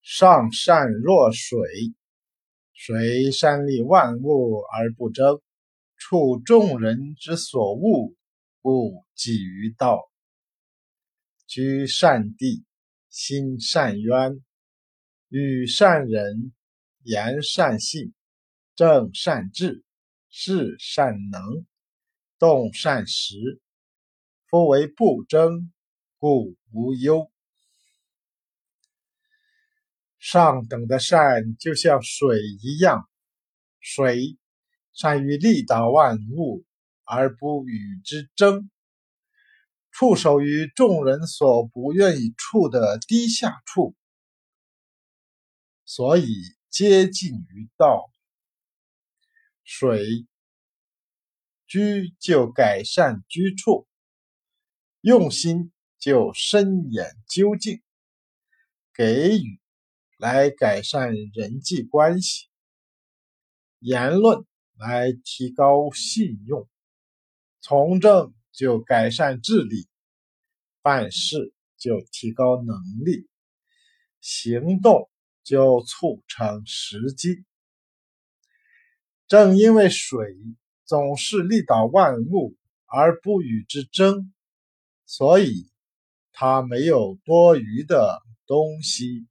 上善若水，水善利万物而不争，处众人之所恶，故几于道。居善地，心善渊，与善人，言善信，正善治，事善能，动善时。夫为不争，故无忧。上等的善就像水一样，水善于利导万物，而不与之争，触手于众人所不愿意触的低下处，所以接近于道。水居就改善居处，用心就深眼究竟，给予来改善人际关系，言论来提高信用，从政就改善治理，办事就提高能力，行动就促成实际。正因为水总是利导万物而不与之争，所以它没有多余的东西。